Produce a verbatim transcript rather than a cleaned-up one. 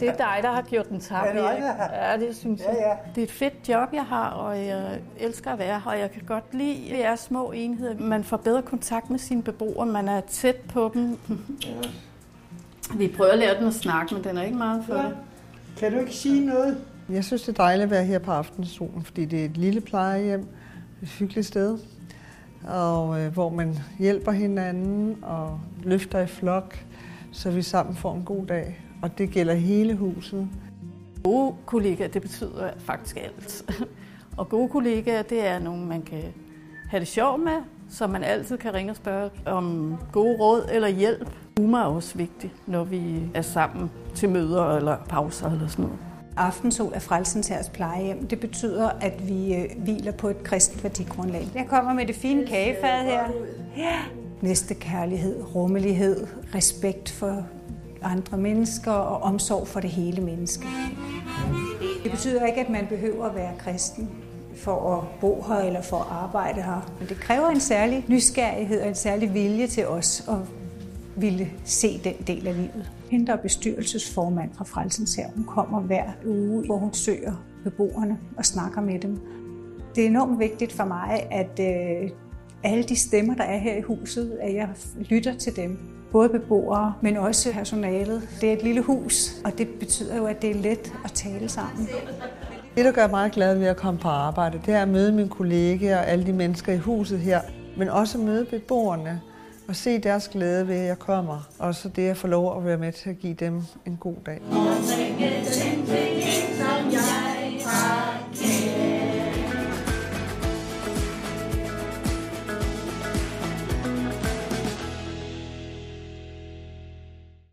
Det er dig, der har gjort den tam. Ja, det er det. Ja, det synes jeg. Ja, ja. Det er et fedt job, jeg har, og jeg elsker at være her, og jeg kan godt lide, at det er små enheder. Man får bedre kontakt med sine beboere, man er tæt på dem. Ja. Vi prøver at lære den at snakke, men den er ikke meget for ja. det. Kan du ikke sige noget? Jeg synes, det er dejligt at være her på Aftensolen, fordi det er et lille plejehjem, et hyggeligt sted, og øh, hvor man hjælper hinanden og løfter i flok, så vi sammen får en god dag. Og det gælder hele huset. Gode kollegaer, det betyder faktisk alt. Og gode kollegaer, det er nogen, man kan have det sjovt med, så man altid kan ringe og spørge om gode råd eller hjælp. Humor er også vigtigt, når vi er sammen til møder eller pauser eller sådan noget. Aftensol er Frelsens Hærs plejehjem. Det betyder, at vi øh, hviler på et kristent værdigrundlag. Jeg kommer med det fine kagefad her. Ja. Næstekærlighed, rummelighed, respekt for andre mennesker og omsorg for det hele menneske. Det betyder ikke, at man behøver at være kristen for at bo her eller for at arbejde her. Men det kræver en særlig nysgerrighed og en særlig vilje til os at ville se den del af livet. Hende, der er bestyrelsesformand fra Frelsens Hær, hun kommer hver uge, hvor hun søger beboerne og snakker med dem. Det er enormt vigtigt for mig, at øh, alle de stemmer, der er her i huset, at jeg lytter til dem. Både beboere, men også personalet. Det er et lille hus, og det betyder jo, at det er let at tale sammen. Det, der gør mig glad ved at komme på arbejde, det er at møde mine kollegaer og alle de mennesker i huset her, men også at møde beboerne og se deres glæde ved, at jeg kommer. Og så det at få lov at være med til at give dem en god dag.